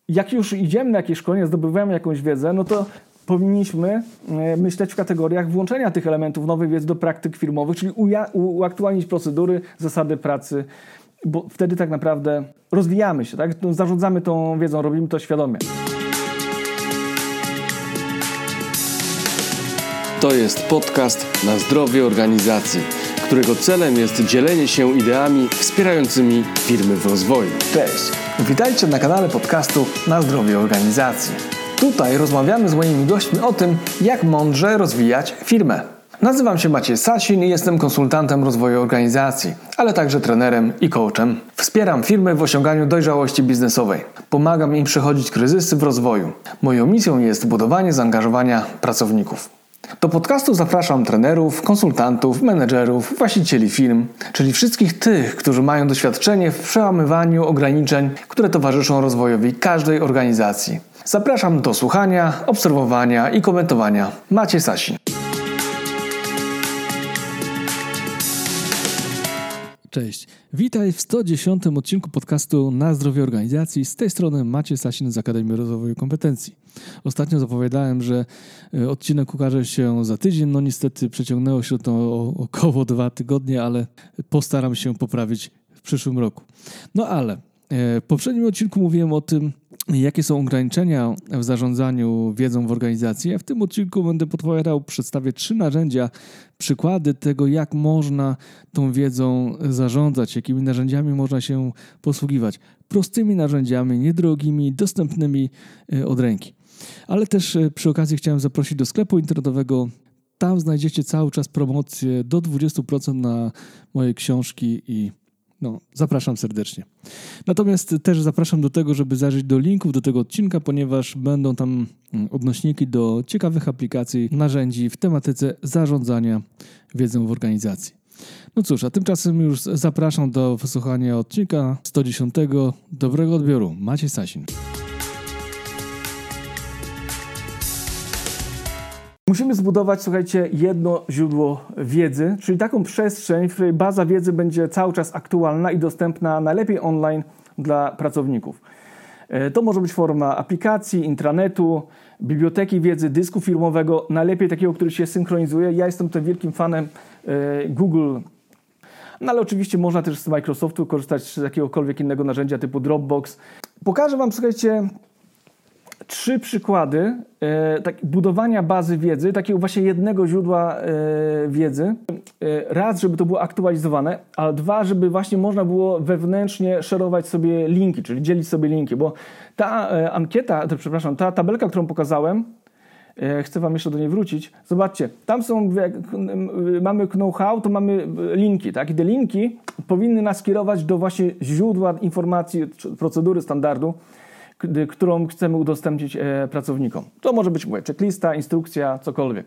jak już idziemy na jakieś szkolenie, zdobywamy jakąś wiedzę, no to powinniśmy myśleć w kategoriach włączenia tych elementów nowej wiedzy do praktyk firmowych, czyli uaktualnić procedury, zasady pracy, bo wtedy tak naprawdę rozwijamy się, tak? Zarządzamy tą wiedzą, robimy to świadomie. To jest podcast na zdrowie organizacji, którego celem jest dzielenie się ideami wspierającymi firmy w rozwoju. Cześć, witajcie na kanale podcastu Na zdrowie organizacji. Tutaj rozmawiamy z moimi gośćmi o tym, jak mądrze rozwijać firmę. Nazywam się Maciej Sasin i jestem konsultantem rozwoju organizacji, ale także trenerem i coachem. Wspieram firmy w osiąganiu dojrzałości biznesowej. Pomagam im przechodzić kryzysy w rozwoju. Moją misją jest budowanie zaangażowania pracowników. Do podcastu zapraszam trenerów, konsultantów, menedżerów, właścicieli firm, czyli wszystkich tych, którzy mają doświadczenie w przełamywaniu ograniczeń, które towarzyszą rozwojowi każdej organizacji. Zapraszam do słuchania, obserwowania i komentowania. Maciej Sasin. Cześć, witaj w 110. odcinku podcastu Na zdrowie organizacji. Z tej strony Maciej Sasin z Akademii Rozwoju Kompetencji. Ostatnio zapowiadałem, że odcinek ukaże się za tydzień. No niestety przeciągnęło się to o około 2 tygodnie, ale postaram się poprawić w przyszłym roku. No ale w poprzednim odcinku mówiłem o tym, jakie są ograniczenia w zarządzaniu wiedzą w organizacji. A w tym odcinku będę podpowiadał, przedstawię 3 narzędzia, przykłady tego, jak można tą wiedzą zarządzać, jakimi narzędziami można się posługiwać. Prostymi narzędziami, niedrogimi, dostępnymi od ręki. Ale też przy okazji chciałem zaprosić do sklepu internetowego. Tam znajdziecie cały czas promocję do 20% na moje książki i zapraszam serdecznie. Natomiast też zapraszam do tego, żeby zajrzeć do linków do tego odcinka, ponieważ będą tam odnośniki do ciekawych aplikacji, narzędzi w tematyce zarządzania wiedzą w organizacji. No cóż, a tymczasem już zapraszam do wysłuchania odcinka 110. Dobrego odbioru. Maciej Sasin. Musimy zbudować, słuchajcie, jedno źródło wiedzy, czyli taką przestrzeń, w której baza wiedzy będzie cały czas aktualna i dostępna najlepiej online dla pracowników. To może być forma aplikacji, intranetu, biblioteki wiedzy, dysku firmowego, najlepiej takiego, który się synchronizuje. Ja jestem tutaj wielkim fanem Google, no ale oczywiście można też z Microsoftu korzystać z jakiegokolwiek innego narzędzia typu Dropbox. Pokażę Wam, słuchajcie, 3 przykłady budowania bazy wiedzy, takiego właśnie jednego źródła wiedzy. Raz, żeby to było aktualizowane, a 2, żeby właśnie można było wewnętrznie szerować sobie linki, czyli dzielić sobie linki, bo ta ta tabelka, którą pokazałem, chcę Wam jeszcze do niej wrócić. Zobaczcie, tam są, jak mamy know-how, to mamy linki, tak? I te linki powinny nas kierować do właśnie źródła informacji, procedury, standardu, którą chcemy udostępnić pracownikom. To może być checklista, instrukcja, cokolwiek.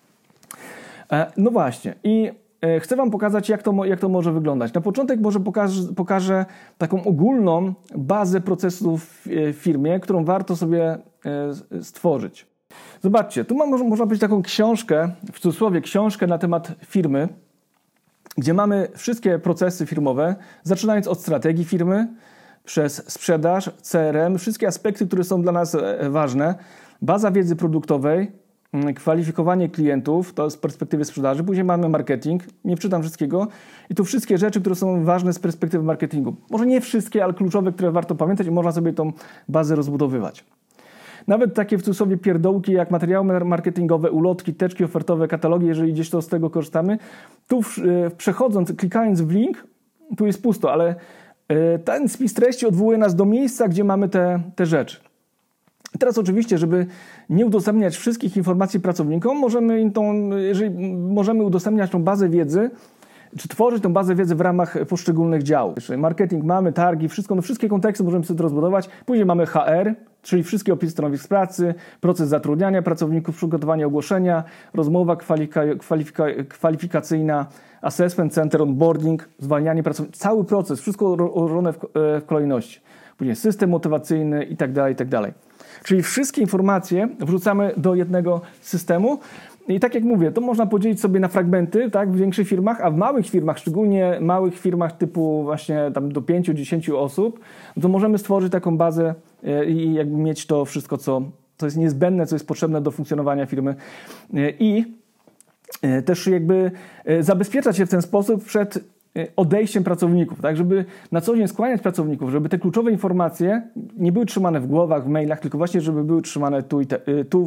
No właśnie. I chcę Wam pokazać, jak to może wyglądać. Na początek może pokażę taką ogólną bazę procesów w firmie, którą warto sobie stworzyć. Zobaczcie, tu można być taką książkę, w cudzysłowie książkę na temat firmy, gdzie mamy wszystkie procesy firmowe, zaczynając od strategii firmy, przez sprzedaż, CRM, wszystkie aspekty, które są dla nas ważne, baza wiedzy produktowej, kwalifikowanie klientów, to z perspektywy sprzedaży, później mamy marketing, nie czytam wszystkiego i tu wszystkie rzeczy, które są ważne z perspektywy marketingu. Może nie wszystkie, ale kluczowe, które warto pamiętać i można sobie tą bazę rozbudowywać. Nawet takie w cudzysłowie pierdołki jak materiały marketingowe, ulotki, teczki ofertowe, katalogi, jeżeli gdzieś to z tego korzystamy, tu przechodząc, klikając w link, tu jest pusto, ale ten spis treści odwołuje nas do miejsca, gdzie mamy te rzeczy. I teraz oczywiście, żeby nie udostępniać wszystkich informacji pracownikom, możemy udostępniać tą bazę wiedzy, czy tworzyć tą bazę wiedzy w ramach poszczególnych działów. Czyli marketing mamy, targi, wszystkie konteksty możemy sobie to rozbudować. Później mamy HR, czyli wszystkie opisy stanowisk pracy, proces zatrudniania pracowników, przygotowanie ogłoszenia, rozmowa kwalifikacyjna, assessment center, onboarding, zwalnianie pracowników, cały proces, wszystko ułożone w kolejności. Później system motywacyjny i tak dalej. Czyli wszystkie informacje wrzucamy do jednego systemu i tak jak mówię, to można podzielić sobie na fragmenty, tak, w większych firmach, a w małych firmach, szczególnie małych firmach typu właśnie tam do 5-10 osób, to możemy stworzyć taką bazę i jakby mieć to wszystko, co jest niezbędne, co jest potrzebne do funkcjonowania firmy i też jakby zabezpieczać się w ten sposób przed odejściem pracowników, tak, żeby na co dzień skłaniać pracowników, żeby te kluczowe informacje nie były trzymane w głowach, w mailach, tylko właśnie, żeby były trzymane tu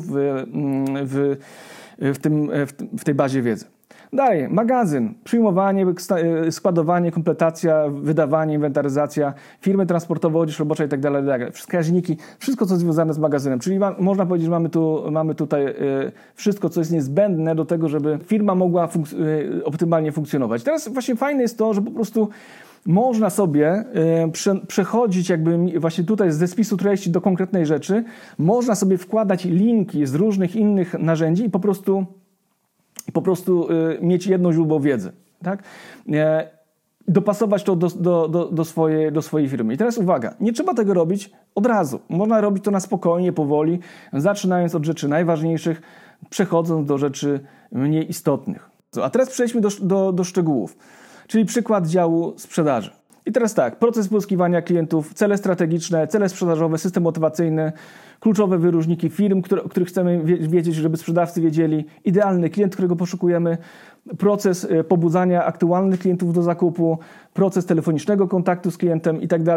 w tej bazie wiedzy. Dalej, magazyn, przyjmowanie, składowanie, kompletacja, wydawanie, inwentaryzacja, firmy transportowe, odzież robocza itd. Wskaźniki, wszystko co związane z magazynem. Czyli można powiedzieć, że mamy tutaj wszystko, co jest niezbędne do tego, żeby firma mogła optymalnie funkcjonować. Teraz właśnie fajne jest to, że po prostu można sobie przechodzić jakby właśnie tutaj ze spisu treści do konkretnej rzeczy, można sobie wkładać linki z różnych innych narzędzi i po prostu mieć jedno źródło wiedzy, tak? Dopasować to do swojej firmy. I teraz uwaga, nie trzeba tego robić od razu. Można robić to na spokojnie, powoli, zaczynając od rzeczy najważniejszych, przechodząc do rzeczy mniej istotnych. A teraz przejdźmy do szczegółów, czyli przykład działu sprzedaży. I teraz tak, proces pozyskiwania klientów, cele strategiczne, cele sprzedażowe, system motywacyjny, kluczowe wyróżniki firm, o których chcemy wiedzieć, żeby sprzedawcy wiedzieli, idealny klient, którego poszukujemy, proces pobudzania aktualnych klientów do zakupu, proces telefonicznego kontaktu z klientem itd.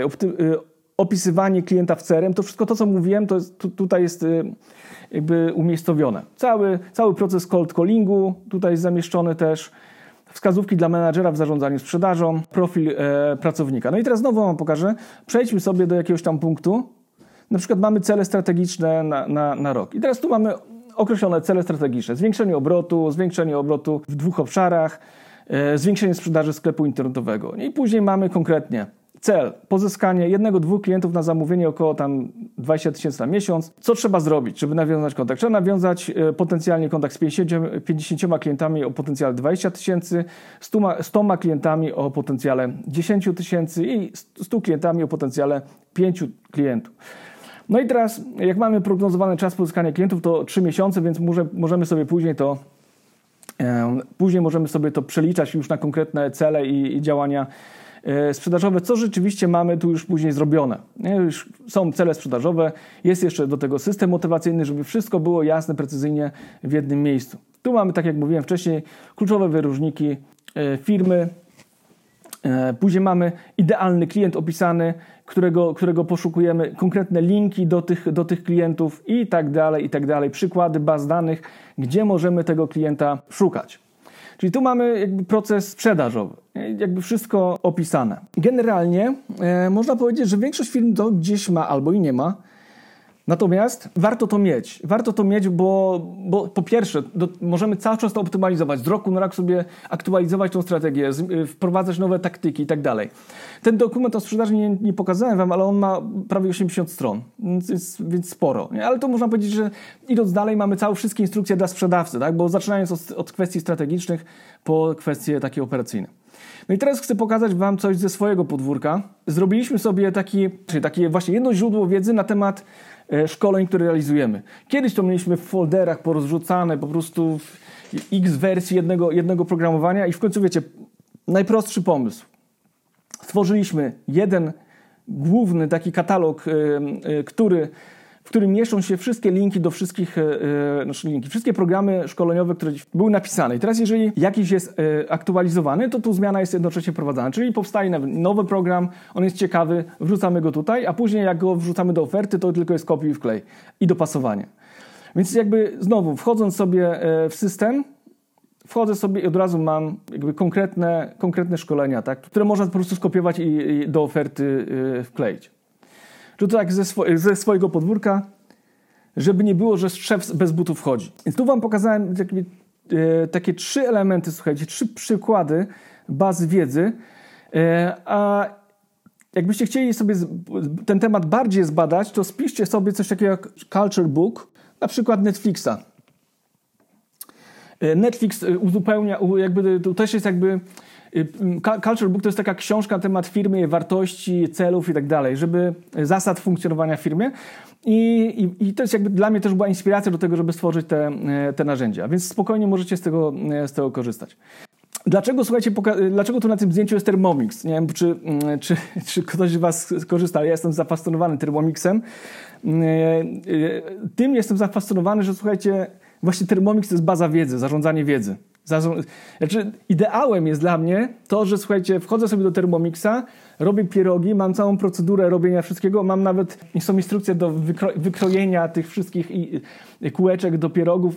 Opisywanie klienta w CRM, to wszystko to, co mówiłem, tutaj jest jakby umiejscowione. Cały proces cold callingu tutaj jest zamieszczony też, wskazówki dla menadżera w zarządzaniu sprzedażą, profil pracownika. No i teraz znowu wam pokażę. Przejdźmy sobie do jakiegoś tam punktu. Na przykład mamy cele strategiczne na rok. I teraz tu mamy określone cele strategiczne. Zwiększenie obrotu w 2 obszarach, zwiększenie sprzedaży sklepu internetowego. I później mamy konkretnie cel, pozyskanie 1-2 klientów na zamówienie, około tam 20 000 na miesiąc. Co trzeba zrobić, żeby nawiązać kontakt? Trzeba nawiązać potencjalnie kontakt z 50 klientami o potencjale 20 000, 100 klientami o potencjale 10 000 i 100 klientami o potencjale 5 klientów. No i teraz, jak mamy prognozowany czas pozyskania klientów, to 3 miesiące, więc możemy sobie później to przeliczać już na konkretne cele i działania sprzedażowe, co rzeczywiście mamy tu już później zrobione. Już są cele sprzedażowe, jest jeszcze do tego system motywacyjny, żeby wszystko było jasne, precyzyjnie w jednym miejscu. Tu mamy, tak jak mówiłem wcześniej, kluczowe wyróżniki firmy. Później mamy idealny klient opisany, którego poszukujemy, konkretne linki do tych klientów i tak dalej, przykłady baz danych, gdzie możemy tego klienta szukać. Czyli tu mamy jakby proces sprzedażowy, jakby wszystko opisane. Generalnie można powiedzieć, że większość firm to gdzieś ma albo i nie ma. Natomiast warto to mieć, bo po pierwsze możemy cały czas to optymalizować, z roku na rok sobie aktualizować tą strategię, wprowadzać nowe taktyki i tak dalej. Ten dokument o sprzedaży nie pokazałem wam, ale on ma prawie 80 stron, więc sporo. Nie? Ale to można powiedzieć, że idąc dalej mamy wszystkie instrukcje dla sprzedawcy, tak? Bo zaczynając od kwestii strategicznych po kwestie takie operacyjne. No i teraz chcę pokazać wam coś ze swojego podwórka. Zrobiliśmy sobie takie właśnie jedno źródło wiedzy na temat szkoleń, które realizujemy. Kiedyś to mieliśmy w folderach porozrzucane, po prostu x wersji jednego programowania i w końcu wiecie, najprostszy pomysł. Stworzyliśmy jeden główny taki katalog, w którym mieszczą się wszystkie linki do wszystkie programy szkoleniowe, które były napisane. I teraz jeżeli jakiś jest aktualizowany, to tu zmiana jest jednocześnie wprowadzana. Czyli powstaje nowy program, on jest ciekawy, wrzucamy go tutaj, a później jak go wrzucamy do oferty, to tylko jest kopiuj i wklej i dopasowanie. Więc jakby znowu wchodząc sobie w system, wchodzę sobie i od razu mam jakby konkretne szkolenia, tak, które można po prostu skopiować i do oferty wkleić. Czy to tak ze swojego podwórka, żeby nie było, że szef bez butów chodzi. Więc tu wam pokazałem takie 3 elementy, słuchajcie, 3 przykłady baz wiedzy, a jakbyście chcieli sobie ten temat bardziej zbadać, to spiszcie sobie coś takiego jak Culture Book, na przykład Netflixa. Netflix uzupełnia, jakby to też jest jakby Culture Book to jest taka książka na temat firmy, jej wartości, celów i tak dalej, żeby zasad funkcjonowania w firmie i to jest jakby dla mnie też była inspiracja do tego, żeby stworzyć te narzędzia, więc spokojnie możecie z tego korzystać. Dlaczego, słuchajcie, dlaczego tu na tym zdjęciu jest Thermomix? Nie wiem, czy ktoś z Was korzysta. Ja jestem zafascynowany Thermomixem. Tym jestem zafascynowany, że słuchajcie, właśnie Thermomix to jest baza wiedzy, zarządzanie wiedzy. Znaczy, ideałem jest dla mnie to, że słuchajcie, wchodzę sobie do Thermomixa, robię pierogi, mam całą procedurę robienia wszystkiego, mam nawet, są instrukcje do wykrojenia tych wszystkich kółeczek do pierogów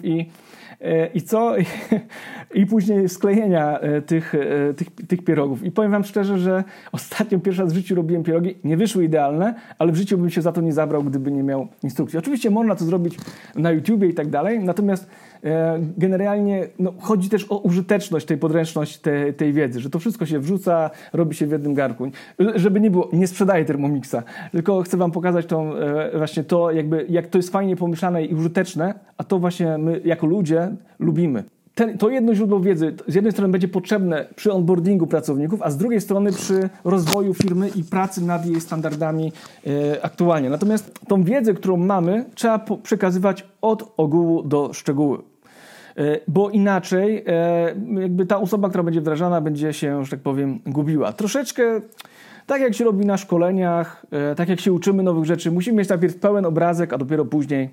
i później sklejenia tych pierogów. I powiem wam szczerze, że ostatnio pierwszy raz w życiu robiłem pierogi, nie wyszły idealne, ale w życiu bym się za to nie zabrał, gdyby nie miał instrukcji. Oczywiście można to zrobić na YouTubie i tak dalej, natomiast generalnie chodzi też o użyteczność, tej podręczność tej wiedzy, że to wszystko się wrzuca, robi się w jednym garnku. Żeby nie było, nie sprzedaję Thermomixa, tylko chcę wam pokazać właśnie to, jak to jest fajnie pomyślane i użyteczne, a to właśnie my jako ludzie lubimy. To jedno źródło wiedzy z jednej strony będzie potrzebne przy onboardingu pracowników, a z drugiej strony przy rozwoju firmy i pracy nad jej standardami aktualnie. Natomiast tą wiedzę, którą mamy, trzeba przekazywać od ogółu do szczegółu. Bo inaczej jakby ta osoba, która będzie wdrażana, będzie się, że tak powiem, gubiła. Troszeczkę tak jak się robi na szkoleniach, tak jak się uczymy nowych rzeczy, musimy mieć najpierw pełen obrazek, a dopiero później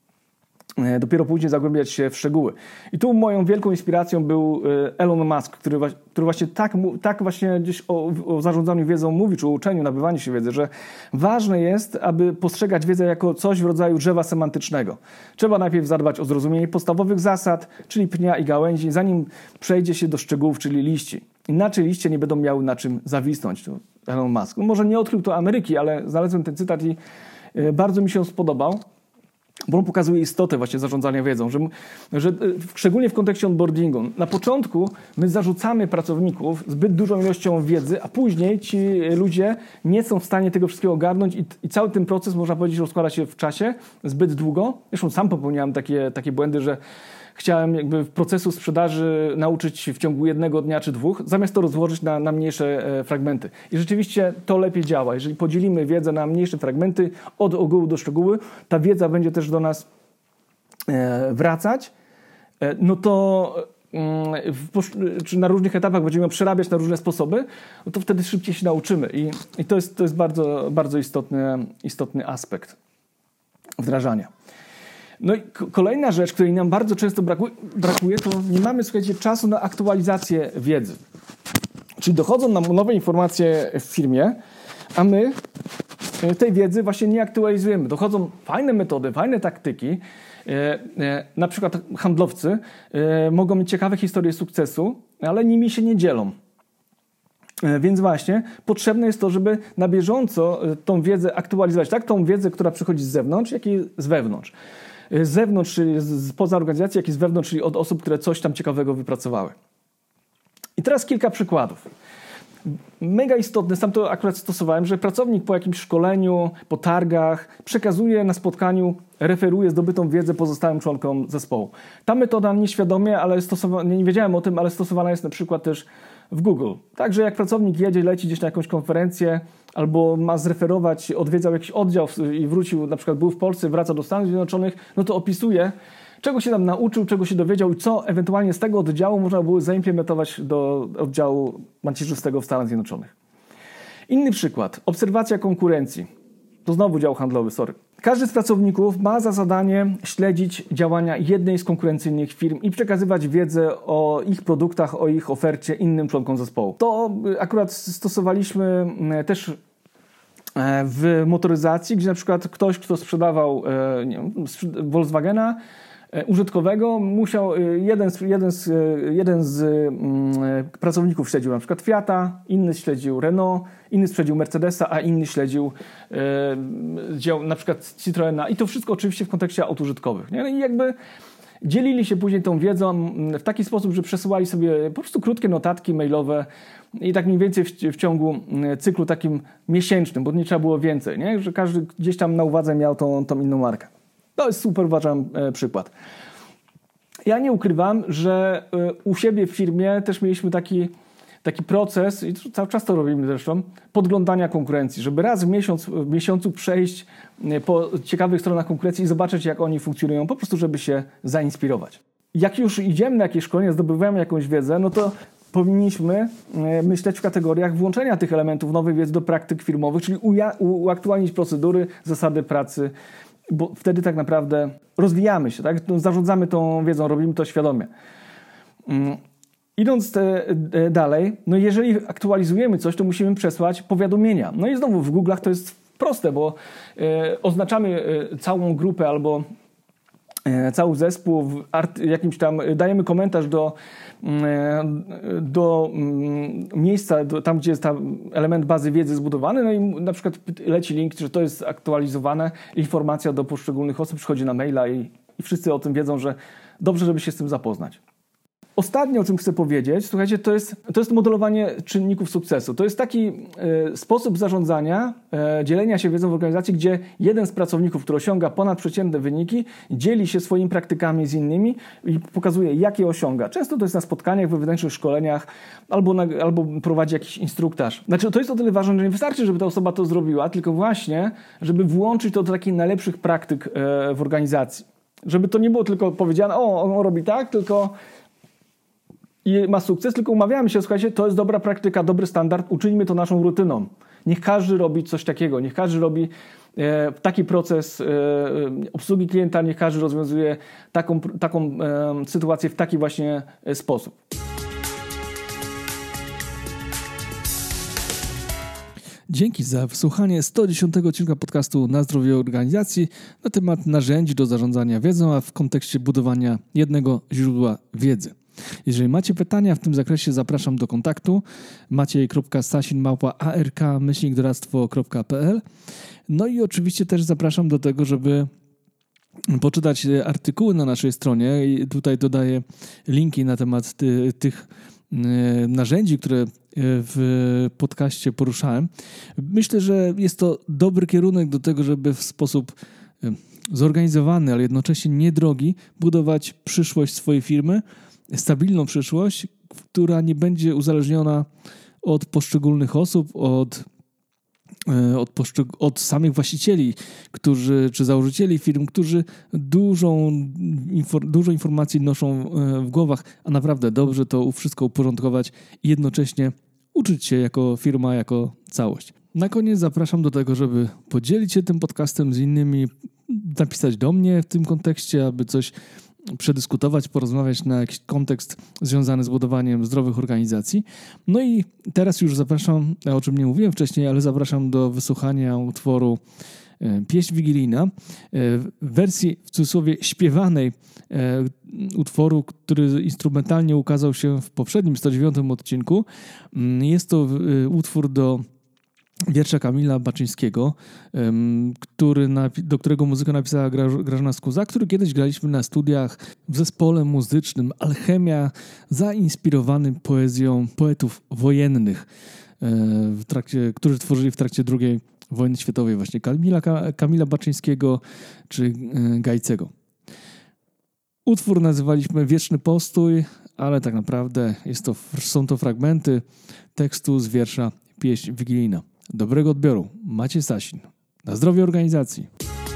zagłębiać się w szczegóły. I tu moją wielką inspiracją był Elon Musk, który właśnie tak właśnie gdzieś o zarządzaniu wiedzą mówi, czy o uczeniu, nabywaniu się wiedzy, że ważne jest, aby postrzegać wiedzę jako coś w rodzaju drzewa semantycznego. Trzeba najpierw zadbać o zrozumienie podstawowych zasad, czyli pnia i gałęzi, zanim przejdzie się do szczegółów, czyli liści. Inaczej liście nie będą miały na czym zawisnąć. To Elon Musk. Może nie odkrył to Ameryki, ale znalazłem ten cytat i bardzo mi się spodobał. Bo on pokazuje istotę właśnie zarządzania wiedzą, że szczególnie w kontekście onboardingu. Na początku my zarzucamy pracowników zbyt dużą ilością wiedzy, a później ci ludzie nie są w stanie tego wszystkiego ogarnąć i cały ten proces, można powiedzieć, rozkłada się w czasie zbyt długo. Zresztą sam popełniałem takie błędy, że chciałem jakby procesu sprzedaży nauczyć w ciągu 1 dnia czy 2, zamiast to rozłożyć na mniejsze fragmenty. I rzeczywiście to lepiej działa. Jeżeli podzielimy wiedzę na mniejsze fragmenty, od ogółu do szczegółu, ta wiedza będzie też do nas wracać, no to czy na różnych etapach będziemy ją przerabiać na różne sposoby, no to wtedy szybciej się nauczymy. I to jest bardzo, bardzo istotny aspekt wdrażania. No i kolejna rzecz, której nam bardzo często brakuje, to nie mamy, słuchajcie, czasu na aktualizację wiedzy. Czyli dochodzą nam nowe informacje w firmie, a my tej wiedzy właśnie nie aktualizujemy. Dochodzą fajne metody, fajne taktyki. Na przykład handlowcy mogą mieć ciekawe historie sukcesu, ale nimi się nie dzielą. Więc właśnie potrzebne jest to, żeby na bieżąco tą wiedzę aktualizować. Tak tą wiedzę, która przychodzi z zewnątrz, jak i z wewnątrz. Z zewnątrz, czyli spoza organizacji, jak i z wewnątrz, czyli od osób, które coś tam ciekawego wypracowały. I teraz kilka przykładów. Mega istotne, sam to akurat stosowałem, że pracownik po jakimś szkoleniu, po targach przekazuje na spotkaniu, referuje zdobytą wiedzę pozostałym członkom zespołu. Ta metoda nieświadomie, ale nie wiedziałem o tym, ale stosowana jest na przykład też w Google. Także jak pracownik leci gdzieś na jakąś konferencję albo ma zreferować, odwiedzał jakiś oddział i wrócił, na przykład był w Polsce, wraca do Stanów Zjednoczonych, no to opisuje, czego się tam nauczył, czego się dowiedział i co ewentualnie z tego oddziału można było zaimplementować do oddziału macierzystego w Stanach Zjednoczonych. Inny przykład. Obserwacja konkurencji. To znowu dział handlowy, sorry. Każdy z pracowników ma za zadanie śledzić działania jednej z konkurencyjnych firm i przekazywać wiedzę o ich produktach, o ich ofercie innym członkom zespołu. To akurat stosowaliśmy też w motoryzacji, gdzie na przykład ktoś, kto sprzedawał Volkswagena użytkowego, musiał jeden z pracowników śledził na przykład Fiata, inny śledził Renault, inny śledził Mercedesa, a inny śledził na przykład Citroena. I to wszystko oczywiście w kontekście aut użytkowych. Nie? I jakby dzielili się później tą wiedzą w taki sposób, że przesyłali sobie po prostu krótkie notatki mailowe i tak mniej więcej w ciągu cyklu takim miesięcznym, bo nie trzeba było więcej, nie? Że każdy gdzieś tam na uwadze miał tą inną markę. To jest super, uważam, przykład. Ja nie ukrywam, że u siebie w firmie też mieliśmy taki proces, i cały czas to robimy zresztą, podglądania konkurencji, żeby raz w miesiącu przejść po ciekawych stronach konkurencji i zobaczyć, jak oni funkcjonują, po prostu żeby się zainspirować. Jak już idziemy na jakieś szkolenie, zdobywamy jakąś wiedzę, no to powinniśmy myśleć w kategoriach włączenia tych elementów nowej wiedzy do praktyk firmowych, czyli uaktualnić procedury, zasady pracy, bo wtedy tak naprawdę rozwijamy się, tak? Zarządzamy tą wiedzą, robimy to świadomie. Idąc dalej, no jeżeli aktualizujemy coś, to musimy przesłać powiadomienia. No i znowu w Google'ach to jest proste, bo oznaczamy całą grupę albo cały zespół w jakimś tam, dajemy komentarz do miejsca, tam gdzie jest tam element bazy wiedzy zbudowany, no i na przykład leci link, że to jest aktualizowane, informacja do poszczególnych osób przychodzi na maila i wszyscy o tym wiedzą, że dobrze, żeby się z tym zapoznać. Ostatnie, o czym chcę powiedzieć, słuchajcie, to jest modelowanie czynników sukcesu. To jest taki sposób zarządzania, dzielenia się wiedzą w organizacji, gdzie jeden z pracowników, który osiąga ponadprzeciętne wyniki, dzieli się swoimi praktykami z innymi i pokazuje, jakie osiąga. Często to jest na spotkaniach, we wewnętrznych szkoleniach albo prowadzi jakiś instruktaż. Znaczy, to jest o tyle ważne, że nie wystarczy, żeby ta osoba to zrobiła, tylko właśnie, żeby włączyć to do takich najlepszych praktyk w organizacji. Żeby to nie było tylko powiedziane, on robi tak, tylko i ma sukces, tylko umawiamy się, słuchajcie, to jest dobra praktyka, dobry standard, uczyńmy to naszą rutyną. Niech każdy robi coś takiego, niech każdy robi taki proces obsługi klienta, niech każdy rozwiązuje taką sytuację w taki właśnie sposób. Dzięki za wysłuchanie 110 odcinka podcastu Na zdrowie organizacji na temat narzędzi do zarządzania wiedzą, a w kontekście budowania jednego źródła wiedzy. Jeżeli macie pytania w tym zakresie, zapraszam do kontaktu maciej.sasin@ark-doradztwo.pl. No i oczywiście też zapraszam do tego, żeby poczytać artykuły na naszej stronie i tutaj dodaję linki na temat tych narzędzi, które w podcaście poruszałem. Myślę, że jest to dobry kierunek do tego, żeby w sposób zorganizowany, ale jednocześnie niedrogi budować przyszłość swojej firmy, stabilną przyszłość, która nie będzie uzależniona od poszczególnych osób, od samych właścicieli, czy założycieli firm, którzy dużo informacji noszą w głowach, a naprawdę dobrze to wszystko uporządkować i jednocześnie uczyć się jako firma, jako całość. Na koniec zapraszam do tego, żeby podzielić się tym podcastem z innymi, napisać do mnie w tym kontekście, aby coś przedyskutować, porozmawiać na jakiś kontekst związany z budowaniem zdrowych organizacji. No i teraz już zapraszam, o czym nie mówiłem wcześniej, ale zapraszam do wysłuchania utworu Pieśń Wigilijna, w wersji w cudzysłowie śpiewanej utworu, który instrumentalnie ukazał się w poprzednim 109 odcinku. Jest to utwór do wiersza Kamila Baczyńskiego, do którego muzykę napisała Grażyna Skuza, który kiedyś graliśmy na studiach w zespole muzycznym Alchemia, zainspirowanym poezją poetów wojennych, którzy tworzyli w trakcie II wojny światowej, właśnie Kamila Baczyńskiego czy Gajcego. Utwór nazywaliśmy Wieczny Postój, ale tak naprawdę są to fragmenty tekstu z wiersza Pieśń Wigilijna. Dobrego odbioru. Maciej Sasin. Na zdrowie organizacji.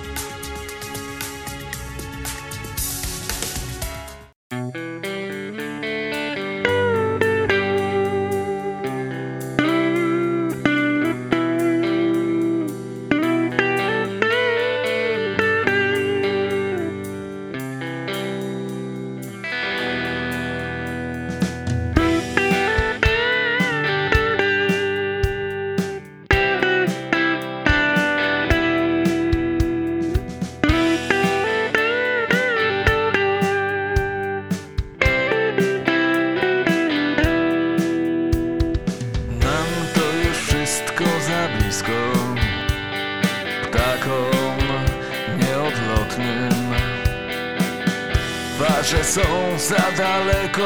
Że są za daleko,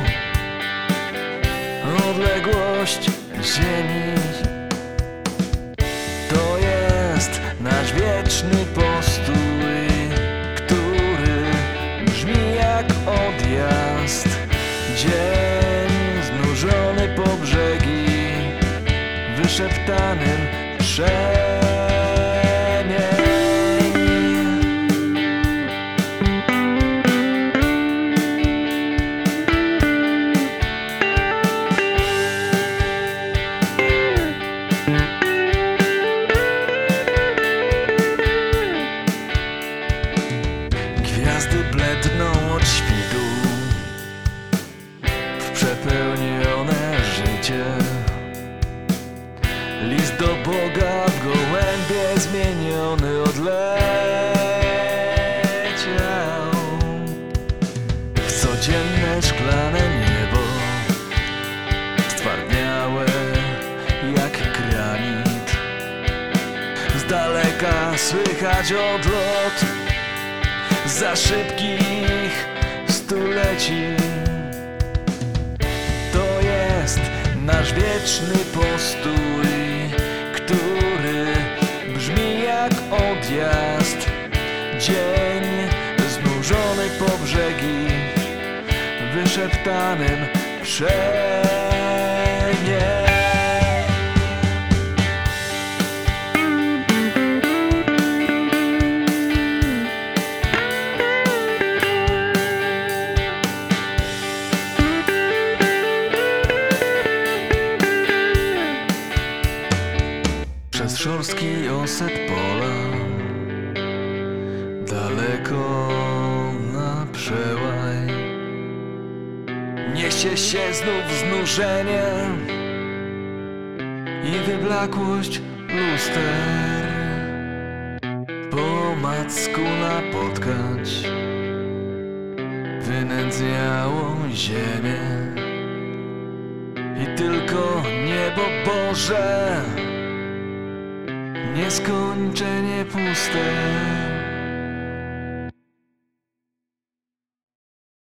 odległość ziemi. To jest nasz wieczny postój, który brzmi jak odjazd. Dzień znużony po brzegi, wyszeptanym wstrzymać odlot za szybkich stuleci. To jest nasz wieczny postój, który brzmi jak odjazd. Dzień znużony po brzegi, wyszeptanym przenie. Przez szorstki oset pola, daleko na przełaj, niesie się znów znużenie i wyblakłość luster. Po macku napotkać wynędzniałą ziemię i tylko niebo Boże nieskończenie puste.